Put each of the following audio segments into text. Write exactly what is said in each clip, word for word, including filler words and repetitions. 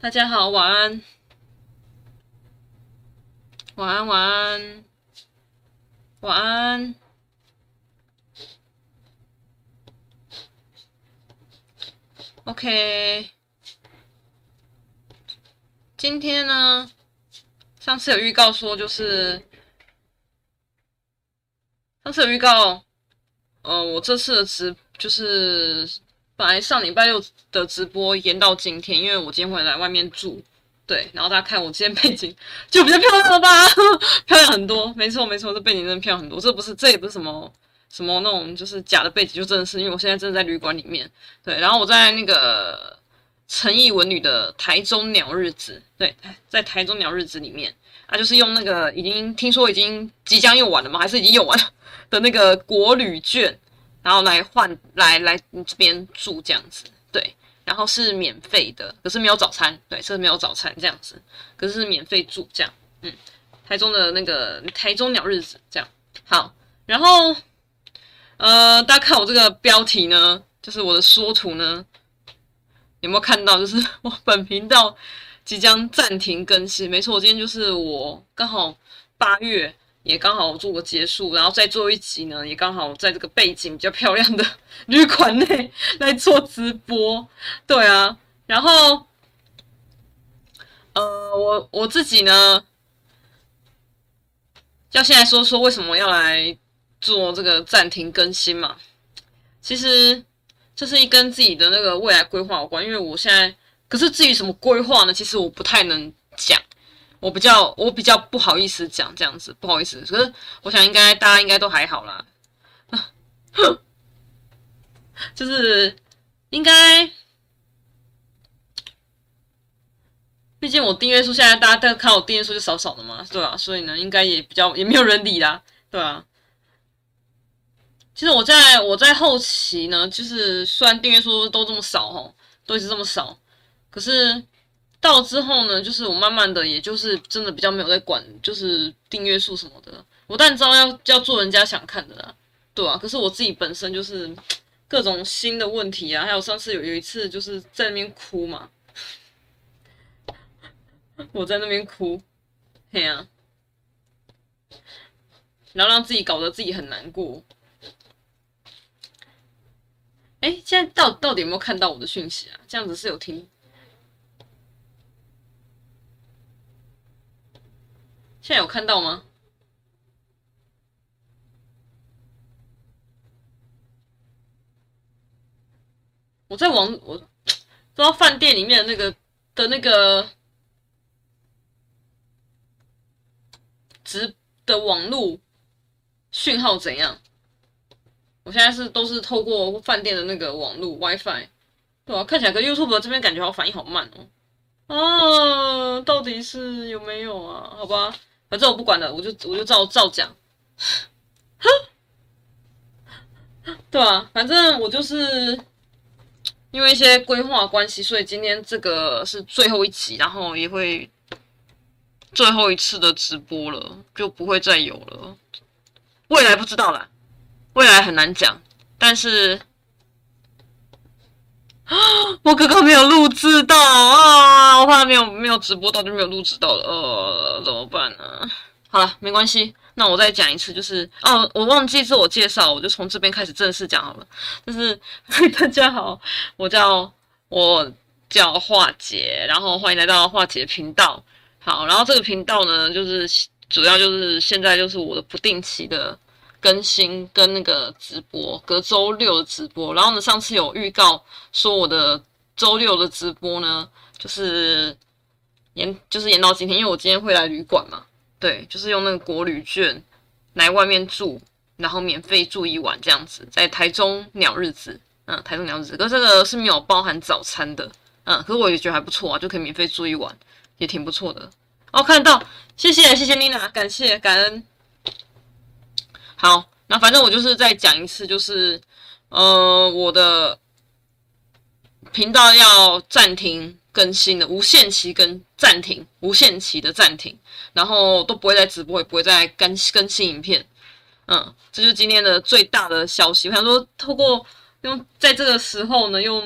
大家好，晚安，晚安，晚安，晚安。OK， 今天呢，上次有预告说就是上次有预告，呃，我这次的直就是本来上礼拜六的直播延到今天，因为我今天回来外面住，对，然后大家看我今天背景就比较漂亮了吧，漂亮很多，没错没错，这背景真的漂亮很多，这不是这也不是什么什么那种就是假的背景，就真的是因为我现在真的在旅馆里面，对，然后我在那个陈艺文女的台中鸟日子，对，在台中鸟日子里面，啊，就是用那个已经听说已经即将用完了吗？还是已经用完了的那个国旅券，然后来换来来这边住这样子，对，然后是免费的，可是没有早餐，对，是没有早餐这样子，可是是免费住这样，嗯，台中的那个台中鸟日子这样，好，然后呃，大家看我这个标题呢，就是我的缩图呢，有没有看到？就是我本频道即将暂停更新，没错，今天就是我刚好八月。也刚好做个结束，然后再做一集呢，也刚好在这个背景比较漂亮的旅馆内来做直播，对啊，然后呃，我我自己呢，要先来说说为什么要来做这个暂停更新嘛。其实这是一跟自己的那个未来规划有关，因为我现在可是至于什么规划呢，其实我不太能讲。我比较我比较不好意思讲这样子，不好意思。可是我想应该大家应该都还好啦，就是应该，毕竟我订阅数现在大家看我订阅数就少少的嘛，对啊，所以呢，应该也比较也没有人理啦，对啊。其实我在我在后期呢，就是虽然订阅数都这么少吼，都一直这么少，可是。到之后呢，就是我慢慢的，也就是真的比较没有在管，就是订阅数什么的。我当然知道要要做人家想看的啦，对啊。可是我自己本身就是各种新的问题啊，还有上次有有一次就是在那边哭嘛，我在那边哭，嘿啊，然后让自己搞得自己很难过。哎，现在到到底有没有看到我的讯息啊？这样子是有听。现在有看到吗？我在网，我不知道饭店里面的那个的那个直的网路讯号怎样？我现在是都是透过饭店的那个网路 WiFi，对啊，看起来跟 YouTube 这边感觉好反应好慢哦。啊，到底是有没有啊？好吧，反正我不管了，我就我就照照讲。对啊，反正我就是因为一些规划关系，所以今天这个是最后一集，然后也会最后一次的直播了，就不会再有了。未来不知道啦，未来很难讲，但是我刚刚没有录制到啊，我怕没有没有直播到就没有录制到了，呃，怎么办呢？好了，没关系，那我再讲一次，就是哦，我忘记自我介绍，我就从这边开始正式讲好了。就是大家好，我叫我叫华姐，然后欢迎来到华姐频道。好，然后这个频道呢，就是主要就是现在就是我的不定期的更新跟那个直播，隔周六的直播。然后呢，上次有预告说我的周六的直播呢，就是延就是延到今天，因为我今天会来旅馆嘛，对，就是用那个国旅券来外面住，然后免费住一晚这样子，在台中鸟日子，嗯，台中鸟日子，可是这个是没有包含早餐的，嗯，可是我也觉得还不错啊，就可以免费住一晚，也挺不错的。哦，看到，谢谢谢谢妮娜，感谢感恩。好，那反正我就是再讲一次，就是呃，我的频道要暂停更新的，无限期跟暂停，无限期的暂停，然后都不会再直播，也不会再更更新影片。嗯，这就是今天的最大的消息。我想说，透过用在这个时候呢，用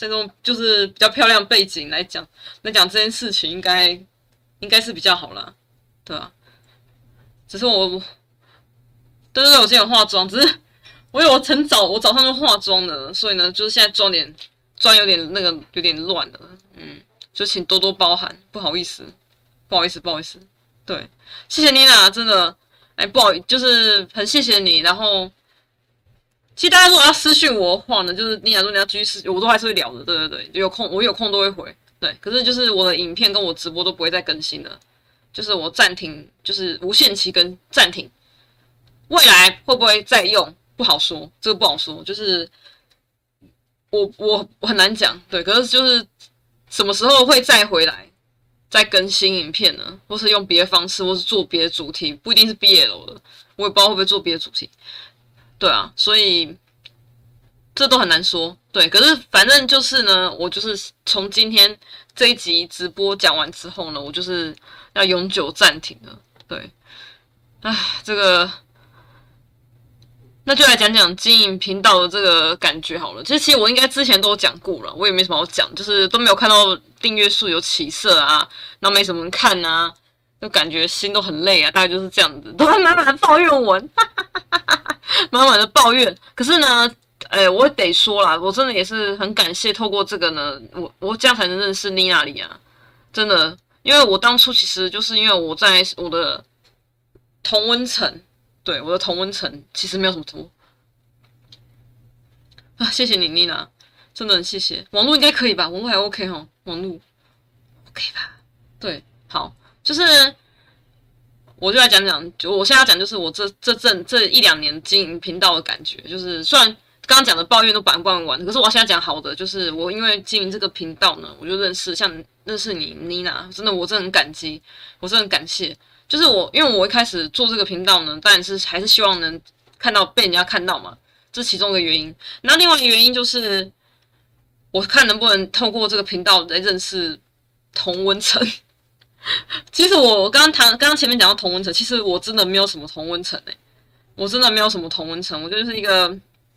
在这种就是比较漂亮背景来讲来讲这件事情，应该应该是比较好啦，对吧、啊？只是我，对对对，我今天有化妆，只是我有很早，我早上就化妆了，所以呢，就是现在妆点妆有点那个有点乱了，嗯，就请多多包涵，不好意思，不好意思，不好意思，对，谢谢妮娜，真的，哎，不好，就是很谢谢你，然后。其实大家如果要私讯我的话呢，就是你假如你要继续私，我都还是会聊的，对对对，有空我有空都会回，对。可是就是我的影片跟我直播都不会再更新了，就是我暂停，就是无限期跟暂停。未来会不会再用不好说，这个不好说，就是我我我很难讲，对。可是就是什么时候会再回来，再更新影片呢？或是用别的方式，或是做别的主题，不一定是 B L 的，我也不知道会不会做别的主题。对啊，所以这都很难说。对，可是反正就是呢，我就是从今天这一集直播讲完之后呢，我就是要永久暂停了。对，唉，这个那就来讲讲经营频道的这个感觉好了。其实，其实我应该之前都有讲过了，我也没什么好讲，就是都没有看到订阅数有起色啊，然后没什么人看啊，就感觉心都很累啊，大概就是这样子，都在满满的抱怨文。满满的抱怨，可是呢，哎，我得说啦，我真的也是很感谢，透过这个呢，我我这样才能认识妮娜里啊，真的，因为我当初其实就是因为我在我的同温层，对，我的同温层其实没有什么图啊，谢谢你妮娜，真的很谢谢，网络应该可以吧？网络还 OK 哈，网络 OK 吧？对，好，就是。我就来讲讲，就我现在要讲就是我这这阵这一两年经营频道的感觉，就是虽然刚刚讲的抱怨都板不完，可是我现在讲好的，就是我因为经营这个频道呢，我就认识像认识你妮娜，真的我真的很感激，我真的很感谢。就是我因为我一开始做这个频道呢，当然是还是希望能看到被人家看到嘛，这是其中一个原因。那另外一个原因就是我看能不能透过这个频道来认识同温层。其实我刚刚谈，刚刚前面讲到同温层，其实我真的没有什么同温层诶，我真的没有什么同温层，我就是一个，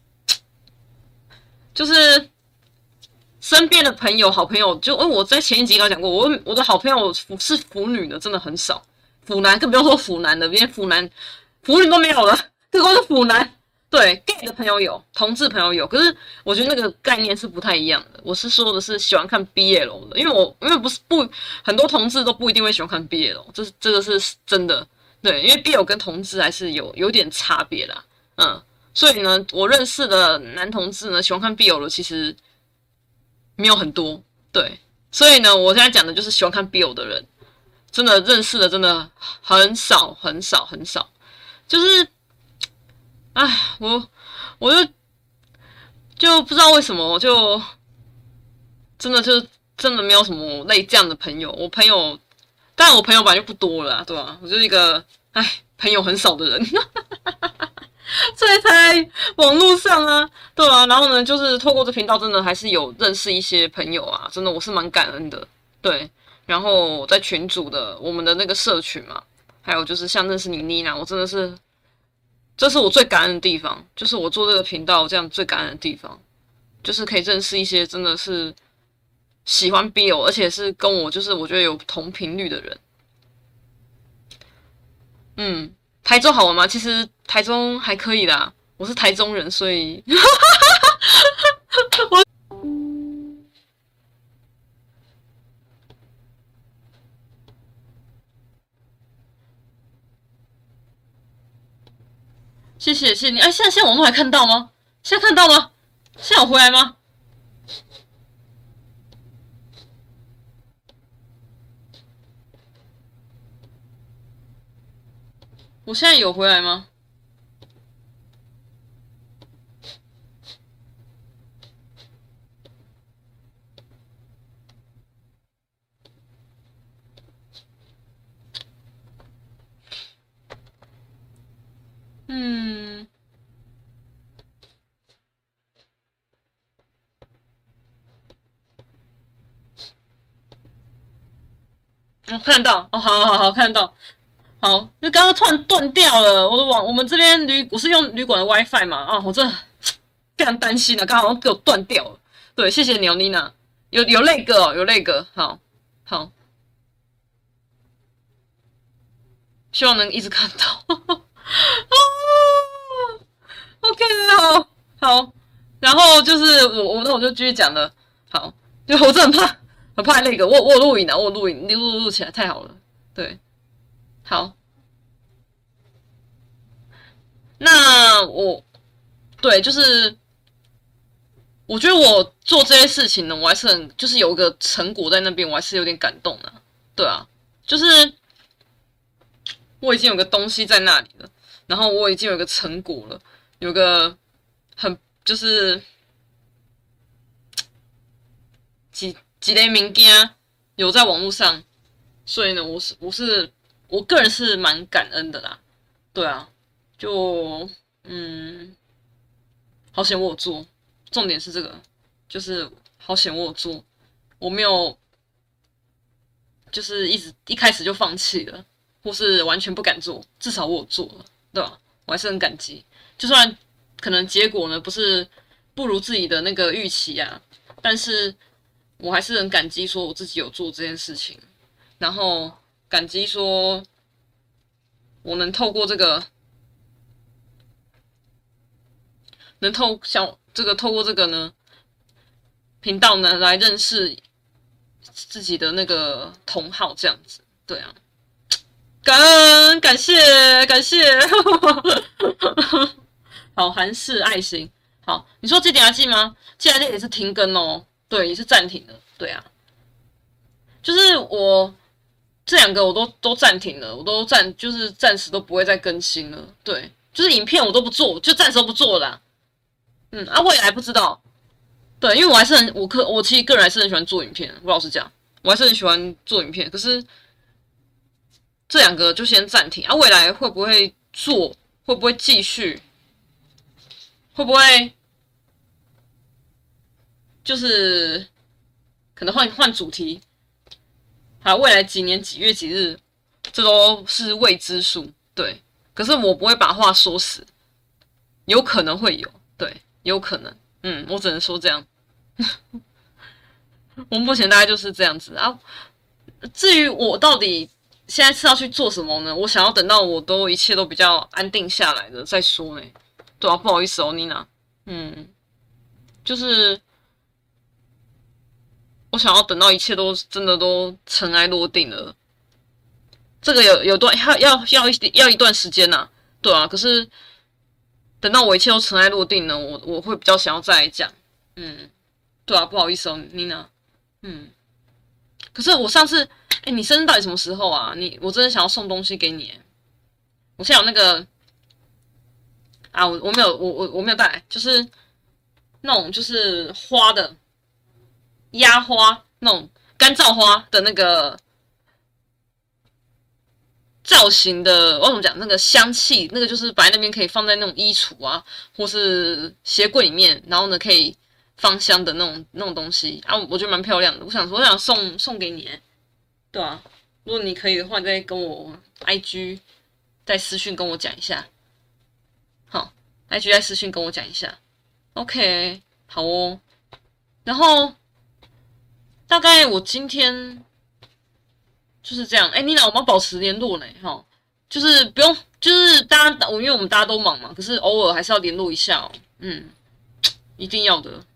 就是身边的朋友、好朋友，就我在前一集刚讲过，我我的好朋友是腐女的，真的很少，腐男更不要说腐男的，连腐男、腐女都没有了，更多是腐男。对 ，gay 的朋友有，同志朋友有，可是我觉得那个概念是不太一样的。我是说的是喜欢看 B L 的，因为我因为不是不很多同志都不一定会喜欢看 B L， 这这个是真的。对，因为 B L 跟同志还是有有点差别啦，嗯，所以呢，我认识的男同志呢，喜欢看 B L 的其实没有很多，对，所以呢，我现在讲的就是喜欢看 B L 的人，真的认识的真的很少很少很少，就是。唉，我我就就不知道为什么，我就真的就真的没有什么类这样的朋友。我朋友，当然我朋友本来就不多了啦，对吧？我就是一个唉朋友很少的人，所以才网络上啊，对啊。然后呢，就是透过这频道，真的还是有认识一些朋友啊，真的我是蛮感恩的，对。然后在群组的我们的那个社群嘛，还有就是像认识你妮娜，我真的是。这是我最感恩的地方，就是我做这个频道这样最感恩的地方，就是可以认识一些真的是喜欢 B L， 而且是跟我就是我觉得有同频率的人。嗯，台中好玩吗？其实台中还可以啦，我是台中人，所以我谢谢谢谢你。哎，现在现在网络还看到吗？现在看到吗？现在有回来吗？我现在有回来吗？嗯，我看到哦，好好好，看到。好，就刚刚突然断掉了，我的网，我们这边旅我是用旅馆的 WiFi 嘛，啊，我真的非常担心啊，刚好给我断掉了。 对，谢谢你哦，Nina，有有那个哦，有那个，好，好，希望能一直看到。OK，好，好，然后就是我我那我就继续讲了，好，就我真的很怕，很怕那个，我我有录影啊，我有录影，你录录录起来太好了，对，好，那我对就是我觉得我做这些事情呢，我还是很就是有一个成果在那边，我还是有点感动的、啊，对啊，就是我已经有个东西在那里了，然后我已经有个成果了，有个很就是几几类名件有在网络上，所以呢，我是我是我个人是蛮感恩的啦，对啊，就嗯，好险我有做，重点是这个，就是好险我有做，我没有就是一直一开始就放弃了，或是完全不敢做，至少我有做了，对吧？我还是很感激，就算可能结果呢不是不如自己的那个预期啊，但是我还是很感激，说我自己有做这件事情，然后感激说我能透过这个，能透像这个透过这个呢频道呢来认识自己的那个同好，这样子，对啊，感恩感谢感谢，好，韩式爱心，好，你说这点要记吗？记来这也是停更哦，对，也是暂停的，对啊，就是我这两个我都都暂停了，我都暂就是暂时都不会再更新了，对，就是影片我都不做，就暂时都不做啦，嗯啊，未来不知道，对，因为我还是很我个我其实个人还是很喜欢做影片，我老实讲，我还是很喜欢做影片，可是这两个就先暂停啊，未来会不会做，会不会继续，会不会就是可能换换主题，还有未来几年几月几日，这都是未知数，对，可是我不会把话说死，有可能会有，对，有可能，嗯，我只能说这样。我目前大概就是这样子啊。至于我到底现在是要去做什么呢？我想要等到我都一切都比较安定下来了再说呢。对啊，不好意思哦，妮娜。嗯，就是我想要等到一切都真的都尘埃落定了。这个有有段要要要一要一段时间呐、啊，对啊。可是等到我一切都尘埃落定呢，我我会比较想要再来讲。嗯，对啊，不好意思哦，妮娜。嗯，可是我上次，哎，你生日到底什么时候啊？你我真的想要送东西给你。我现在有那个啊，我我没有，我我我没有带来，就是那种就是花的压花，那种干燥花的那个造型的，我怎么讲？那个香气，那个就是摆在那边可以放在那种衣橱啊，或是鞋柜里面，然后呢可以芳香的那种那种东西啊，我觉得蛮漂亮的。我想说，我想送送给你，对啊，如果你可以的话，你再跟我 I G 再私讯跟我讲一下，好 ，I G 再私讯跟我讲一下 ，OK， 好哦。然后大概我今天就是这样，哎，妮娜，我们要保持联络呢，哈，就是不用，就是大家，我因为我们大家都忙嘛，可是偶尔还是要联络一下哦，嗯，一定要的。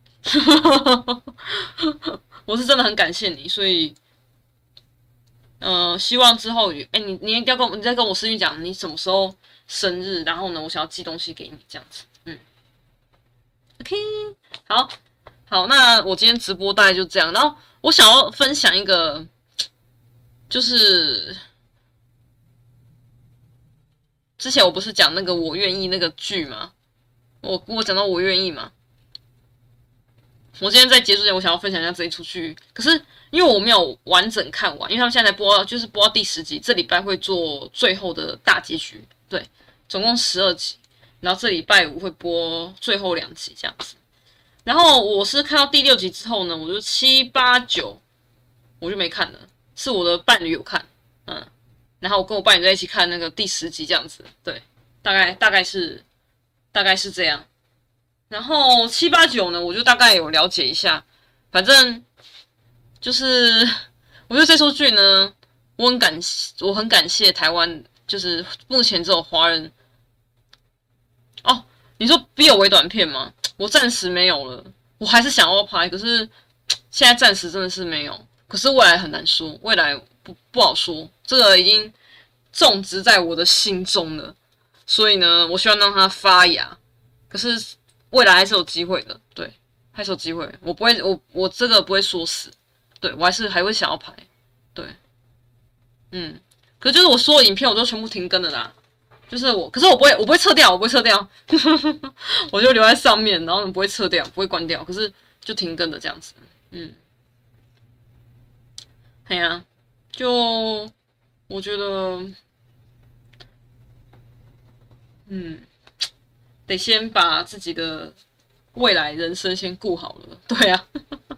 我是真的很感谢你，所以，呃，希望之后，哎，你你一定要跟我，你再跟我私讯讲你什么时候生日，然后呢，我想要寄东西给你，这样子，嗯，OK，好，好，那我今天直播大概就这样，然后我想要分享一个，就是之前我不是讲那个我愿意那个剧吗？我我讲到我愿意嘛。我今天在结束前，我想要分享一下这一出剧。可是因为我没有完整看完，因为他们现在在播，就是播到第十集，这礼拜会做最后的大结局。对，总共十二集，然后这礼拜五会播最后两集这样子。然后我是看到第六集之后呢，我就七八九我就没看了，是我的伴侣有看，嗯，然后我跟我伴侣在一起看那个第十集这样子。对，大概大概是大概是这样。 然后七八九呢，我就大概有了解一下，反正就是我觉得这出剧呢，我很感我很感谢台湾，就是目前只有华人。哦，你说必有微短片吗？我暂时没有了，我还是想要拍，可是现在暂时真的是没有。可是未来很难说，未来不不好说，这个已经种植在我的心中了。所以呢，我希望让它发芽。可是未来还是有机会的，对，还是有机会。我不会，我我这个不会说死，对我还是还会想要拍，对，嗯。可是就是我所有影片我都全部停更了啦，就是我，可是我不会，我不会撤掉，我不会撤掉，我就留在上面，然后不会撤掉，不会关掉，可是就停更的这样子，嗯，哎呀、啊，就我觉得，嗯，得先把自己的未来人生先顾好了，对啊，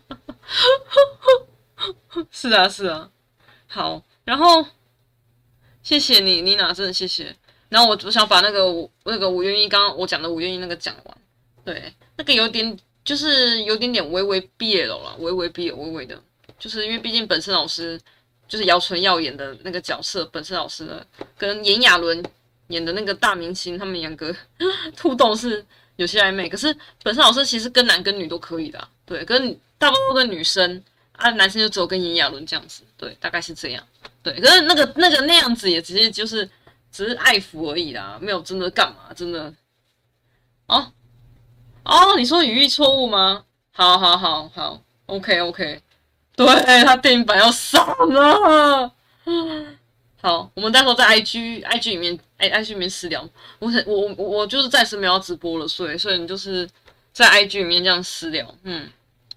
是啊，是啊，好，然后谢谢你，妮娜，真的谢谢。然后我我想把那个那个我愿意刚刚我讲的我愿意那个讲完，对，那个有点就是有点点微微 B L 了，微微 B L 微微的，就是因为毕竟本身老师就是姚纯耀演的那个角色，本身老师的跟炎亚纶演的那个大明星，他们两个互动是有些暧昧，可是本身老师其实跟男跟女都可以的、啊，对，跟大部分跟女生啊，男生就只有跟炎亚纶这样子，对，大概是这样，对，可是那个那个那样子也直接就是只是爱抚而已啦，没有真的干嘛，真的哦哦，你说语义错误吗？好好好好，OK OK，对他电影版要上了。好，我们到时候在 I G I G 里面，I I G 里面私聊。我我我我就是暂时没有要直播了，所以所以你就是在 I G 里面这样私聊。嗯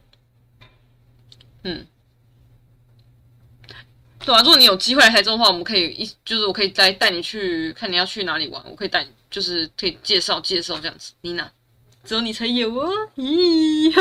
嗯，对啊，如果你有机会来台中的话，我们可以一就是我可以再带你去看你要去哪里玩，我可以带你就是可以介绍介绍这样子。妮娜，只有你才有哦。咦，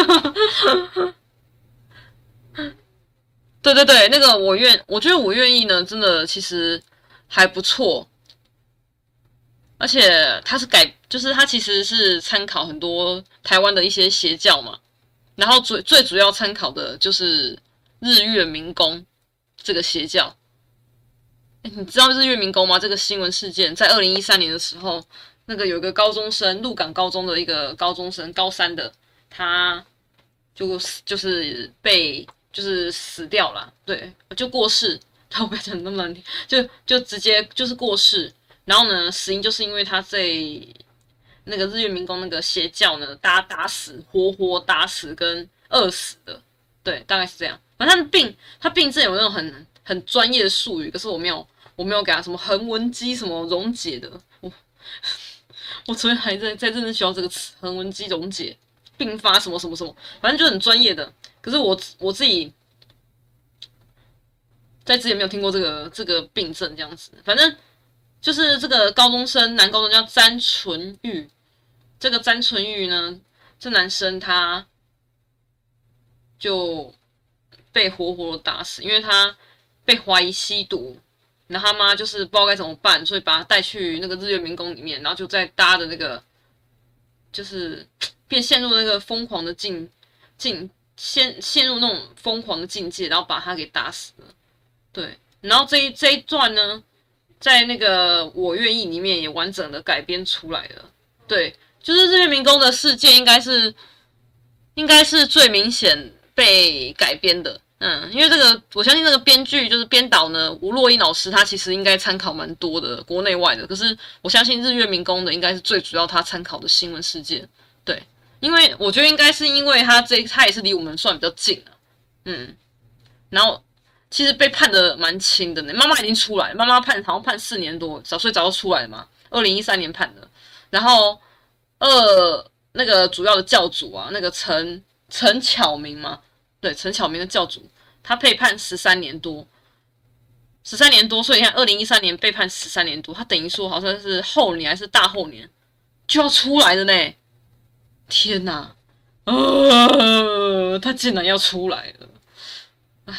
对对对，那个我愿，我觉得我愿意呢，真的其实还不错。而且它是改，就是它其实是参考很多台湾的一些邪教嘛，然后最最主要参考的就是日月明宫这个邪教。你知道日月明宫吗？这个新闻事件在二零一三年的时候，那个有一个高中生，鹿港高中的一个高中生，高三的，他就就是被就是死掉了，对，就过世。他不要讲那么难听，就就直接就是过世。然后呢，死因就是因为他在那个日月明宫那个邪教呢，打打死、活活打死跟饿死的，对，大概是这样。反正他的病，他病症有那种很很专业的术语，可是我没有，我没有给他什么横纹肌什么溶解的，我我昨天还在在认真学到这个词，横纹肌溶解并发什么什么什么，反正就很专业的。可是我我自己在之前没有听过这个这个病症这样子，反正。就是这个高中生，男高中叫詹纯玉。这个詹纯玉呢，这男生他就被活活打死，因为他被怀疑吸毒，然后他妈就是不知道该怎么办，所以把他带去那个日月明宫里面，然后就在搭的那个，就是变陷入那个疯狂的境境，陷陷入那种疯狂的境界，然后把他给打死了。对，然后这一这一段呢。在那个我愿意里面也完整的改编出来了，对，就是日月明宫的事件应该是应该是最明显被改编的，嗯，因为这个我相信这个编剧就是编导呢吴若英老师，他其实应该参考蛮多的国内外的，可是我相信日月明宫的应该是最主要他参考的新闻事件，对，因为我觉得应该是因为他这他也是离我们算比较近啊，嗯，然后。其实被判的蛮轻的呢，妈妈已经出来，妈妈判好像判四年多，早所以早就出来了嘛，二零一三年判的。然后二那个主要的教主啊，那个陈陈巧明嘛，对，陈巧明的教主，他被判十三年多，十三年多，所以你看二零一三年被判十三年多，他等于说好像是后年还是大后年就要出来的呢，天哪，呃，他竟然要出来了，唉。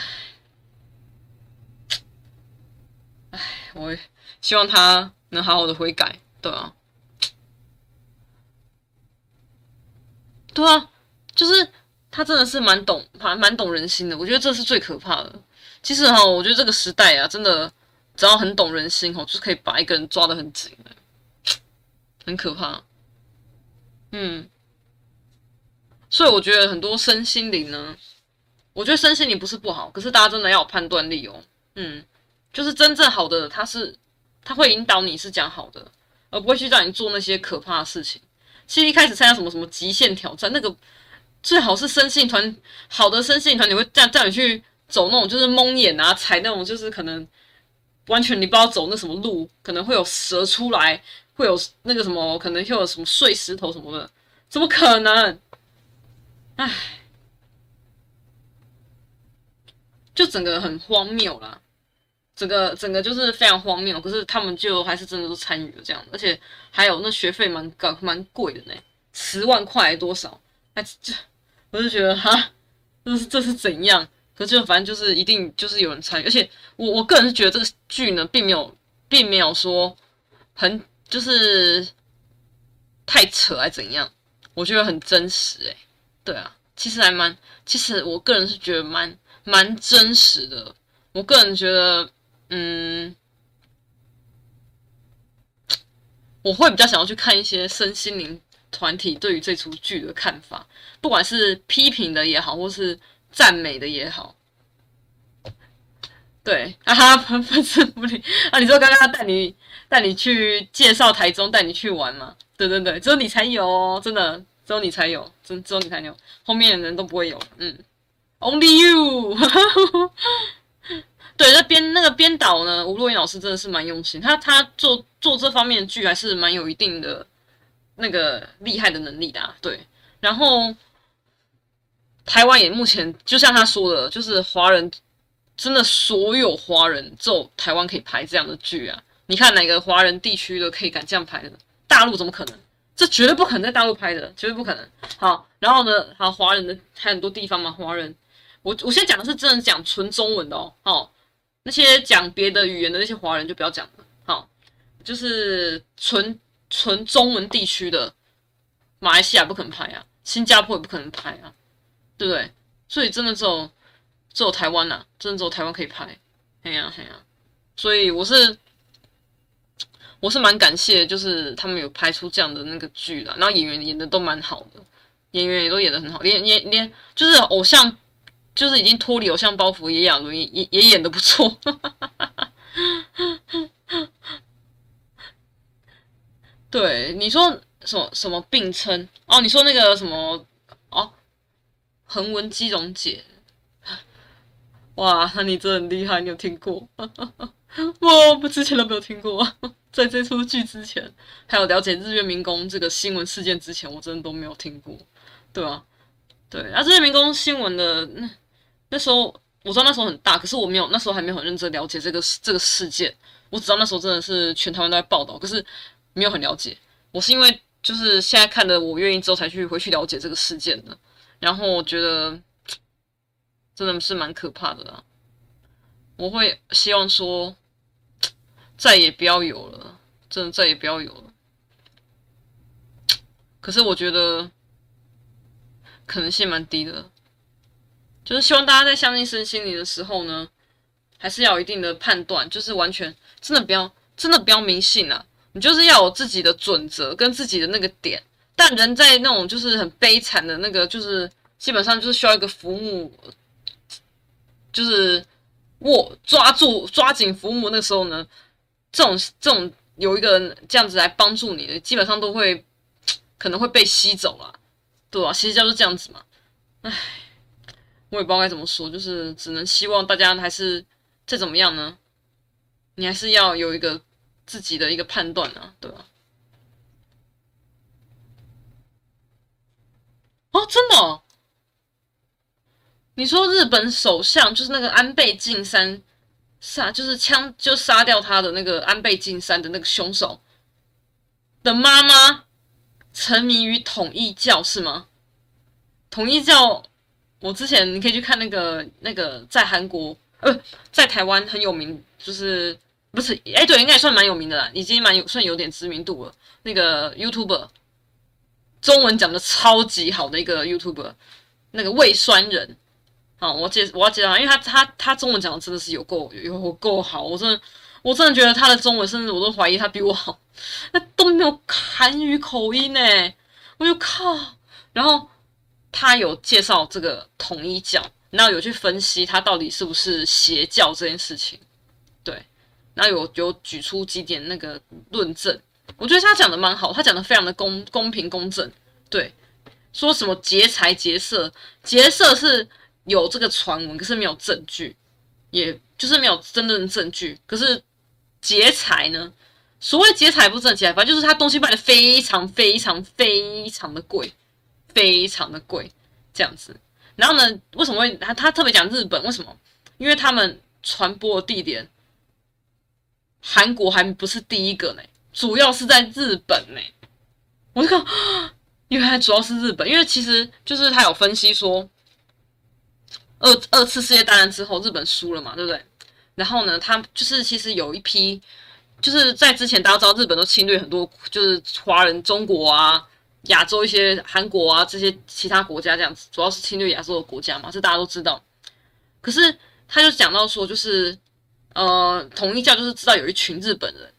我希望他能好好的悔改，对啊。 对啊，就是他真的是蛮懂，蛮蛮懂人心的。我觉得这是最可怕的。其实哈，我觉得这个时代啊，真的只要很懂人心哈，就是可以把一个人抓得很紧的，很可怕。嗯，所以我觉得很多身心灵呢，我觉得身心灵不是不好，可是大家真的要有判断力哦。嗯，就是真正好的，他是他会引导你是讲好的，而不会去让你做那些可怕的事情。其实一开始参加什么什么极限挑战，那个最好是身心团好的身心团，你会这样叫你去走那种就是蒙眼啊，踩那种就是可能完全你不知道走那什么路，可能会有蛇出来，会有那个什么，可能会有什么碎石头什么的，怎么可能？唉，就整个很荒谬啦。整个整个就是非常荒谬，可是他们就还是真的都参与了这样，而且还有那学费蛮高蛮贵的呢，十万块还多少？哎，这我就觉得哈，这是这是怎样？可是就反正就是一定就是有人参与，而且我我个人是觉得这个剧呢，并没有并没有说很就是太扯还怎样，我觉得很真实诶、欸，对啊，其实还蛮，其实我个人是觉得蛮蛮真实的，我个人觉得。嗯，我会比较想要去看一些身心灵团体对于这出剧的看法，不管是批评的也好，或是赞美的也好。对，啊哈，不是不理啊！你说刚刚他带你带你去介绍台中，带你去玩嘛？对对对，只有你才有哦，真的，只有你才有，真只有你才有，后面的人都不会有。嗯，Only you 对，那编那个编导呢，吴若英老师真的是蛮用心，他他做做这方面的剧还是蛮有一定的那个厉害的能力的、啊。对，然后台湾也目前就像他说的，就是华人真的所有华人只有台湾可以拍这样的剧啊。你看哪个华人地区的可以敢这样拍的？大陆怎么可能？这绝对不可能在大陆拍的，绝对不可能。好，然后呢，好，华人的还有很多地方嘛，华人，我我现在讲的是真的讲纯中文的哦，好。那些讲别的语言的那些华人就不要讲了，好，就是纯纯中文地区的，马来西亚不可能拍啊，新加坡也不可能拍啊，对不对？所以真的只有只有台湾呐、啊，真的只有台湾可以拍，哎呀哎呀，所以我是我是蛮感谢，就是他们有拍出这样的那个剧啦，然后演员演的都蛮好的，演员也都演得很好，连连连就是偶像。就是已经脱离偶像包袱，炎亚纶也也也演得不错。对，你说什么什么并称？哦，你说那个什么哦，横纹肌溶解。哇，那你真的很厉害，你有听过？我不之前都没有听过，在这出剧之前，还有了解日月民工这个新闻事件之前，我真的都没有听过，对啊，对，啊，日月民工新闻的那。那时候我知道那时候很大，可是我没有那时候还没有很认真了解这个这个事件。我只知道那时候真的是全台湾都在报道，可是没有很了解。我是因为就是现在看的我愿意之后才去回去了解这个事件的，然后我觉得真的是蛮可怕的啦。我会希望说再也不要有了，真的再也不要有了。可是我觉得可能性蛮低的。就是希望大家在相信身心灵的时候呢，还是要有一定的判断，就是完全真的不要真的不要迷信啊！你就是要有自己的准则跟自己的那个点。但人在那种就是很悲惨的那个，就是基本上就是需要一个浮木，就是握抓住抓紧浮木那个时候呢，这种这种有一个人这样子来帮助你的，基本上都会可能会被吸走啦，对啊，其实就是这样子嘛，唉。我也不知道该怎么说，就是只能希望大家还是再怎么样呢，你还是要有一个自己的一个判断啊，对吧？哦，真的哦，你说日本首相就是那个安倍晋三杀，就是枪就杀掉他的那个安倍晋三的那个凶手的妈妈沉迷于统一教是吗？统一教。我之前你可以去看那个那个在韩国呃在台湾很有名，就是不是哎、欸、对，应该也算蛮有名的啦，已经蛮有算有点知名度了。那个 YouTuber 中文讲的超级好的一个 YouTuber， 那个胃酸人。啊，我介我要介绍，因为他他他中文讲的真的是有够有够好，我真的我真的觉得他的中文，甚至我都怀疑他比我好，那都没有韩语口音哎，我就靠。然后他有介绍这个统一教，然后有去分析他到底是不是邪教这件事情，对，然后有有举出几点那个论证，我觉得他讲的蛮好，他讲的非常的公公平公正，对，说什么劫财劫色，劫色是有这个传闻，可是没有证据，也就是没有真正的证据。可是劫财呢？所谓劫财不是真的劫财，反正就是他东西卖的非常非常非常的贵，非常的贵这样子。然后呢，为什么会他他特别讲日本？为什么？因为他们传播的地点，韩国还不是第一个呢，主要是在日本呢。我就看，原来主要是日本，因为其实就是他有分析说。二二次世界大战之后，日本输了嘛，对不对？然后呢，他就是其实有一批，就是在之前大家知道日本都侵略很多，就是华人、中国啊、亚洲一些韩国啊这些其他国家这样子，主要是侵略亚洲的国家嘛，这大家都知道。可是他就讲到说，就是呃，统一教就是知道有一群日本人，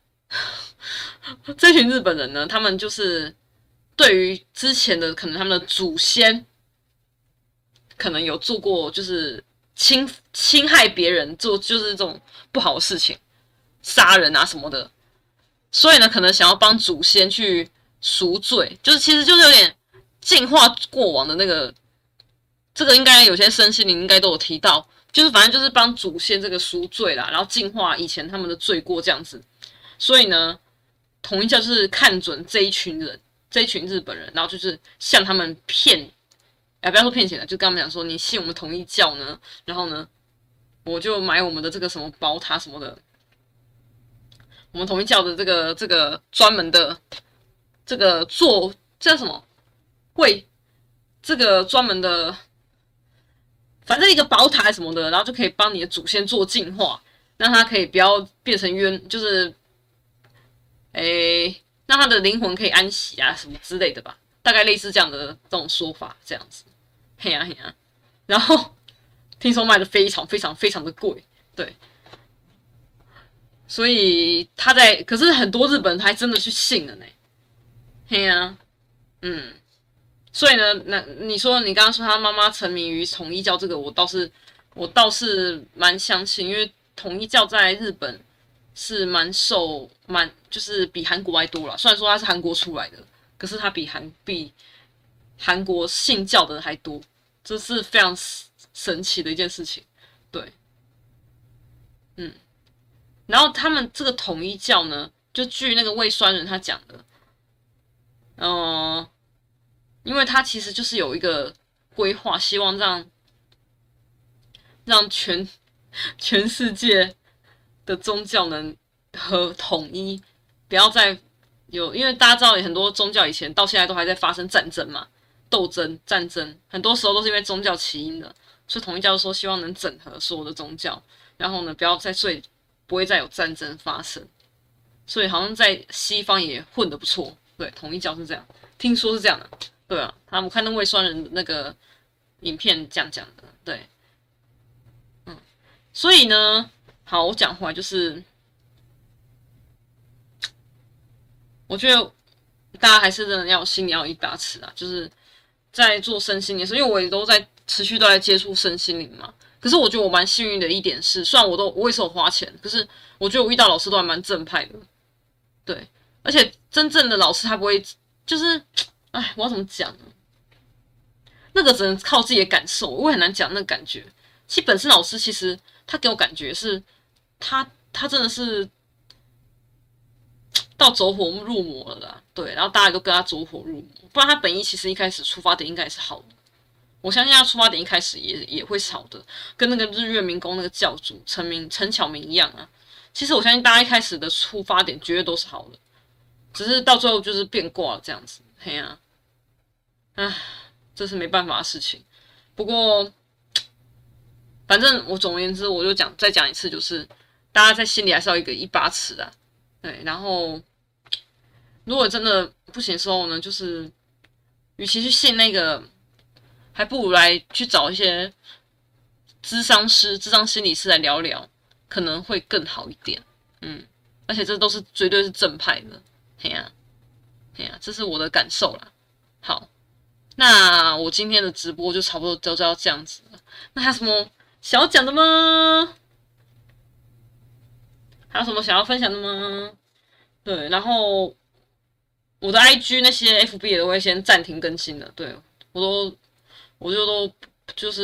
这群日本人呢，他们就是对于之前的可能他们的祖先。可能有做过就是侵侵害别人，做就是这种不好的事情，杀人啊什么的，所以呢，可能想要帮祖先去赎罪，就是其实就是有点净化过往的那个，这个应该有些身心灵应该都有提到，就是反正就是帮祖先这个赎罪啦，然后净化以前他们的罪过这样子，所以呢，统一教就是看准这一群人，这一群日本人，然后就是向他们骗。哎，不要说骗钱了，就跟他们讲说，你信我们统一教呢，然后呢，我就买我们的这个什么宝塔什么的，我们统一教的这个这个专门的这个做叫什么会这个专门的，反正一个宝塔什么的，然后就可以帮你的祖先做净化，让他可以不要变成冤，就是哎，让他的灵魂可以安息啊什么之类的吧。大概类似这样的这种说法，这样子，嘿呀嘿呀，然后听说卖的非常非常非常的贵，对，所以他在，可是很多日本人还真的去信了呢，嘿呀，嗯，所以呢，那你说你刚刚说他妈妈沉迷于统一教这个，我倒是我倒是蛮相信，因为统一教在日本是蛮受蛮就是比韩国还多啦，虽然说他是韩国出来的。可是他比韩比韩国信教的人还多，这是非常神奇的一件事情，对，嗯，然后他们这个统一教呢，就据那个魏酸人他讲的，嗯、呃，因为他其实就是有一个规划，希望让让全全世界的宗教能和统一，不要再。有，因为大家知道，很多宗教以前到现在都还在发生战争嘛，斗争、战争，很多时候都是因为宗教起因的。所以统一教说希望能整合所有的宗教，然后呢，不要再最不会再有战争发生。所以好像在西方也混得不错，对，统一教是这样，听说是这样的，对啊，他们看那魏酸人那个影片这样讲的，对，嗯，所以呢，好，我讲回来就是。我觉得大家还是真的要心里要有一把尺啊，就是在做身心灵的时候，因为我也都在持续都在接触身心灵嘛。可是我觉得我蛮幸运的一点是，虽然我都我也是有花钱，可是我觉得我遇到老师都还蛮正派的，对，而且真正的老师他不会，就是，哎，我要怎么讲呢？那个只能靠自己的感受，我也很难讲那个感觉。其实本身老师其实他给我感觉是，他他真的是。到走火入魔了啦，对，然后大家都跟他走火入魔，不然他本意其实一开始出发点应该也是好的，我相信他出发点一开始也也会是好的，跟那个日月明宫那个教主陈明陈巧明一样啊。其实我相信大家一开始的出发点绝对都是好的，只是到最后就是变卦了这样子，嘿呀、啊，唉，这是没办法的事情。不过，反正我总而言之，我就讲再讲一次，就是大家在心里还是要有一个一把尺啊。对，然后如果真的不行的时候呢，就是与其去信那个，还不如来去找一些咨商师、咨商心理师来聊聊，可能会更好一点。嗯，而且这都是绝对是正派的。嘿呀、啊，嘿呀、啊，这是我的感受啦。好，那我今天的直播就差不多都要这样子了。那还有什么想要讲的吗？还有什么想要分享的吗？对，然后我的 I G 那些 F B 也都会先暂停更新的。对我都，我就都就是。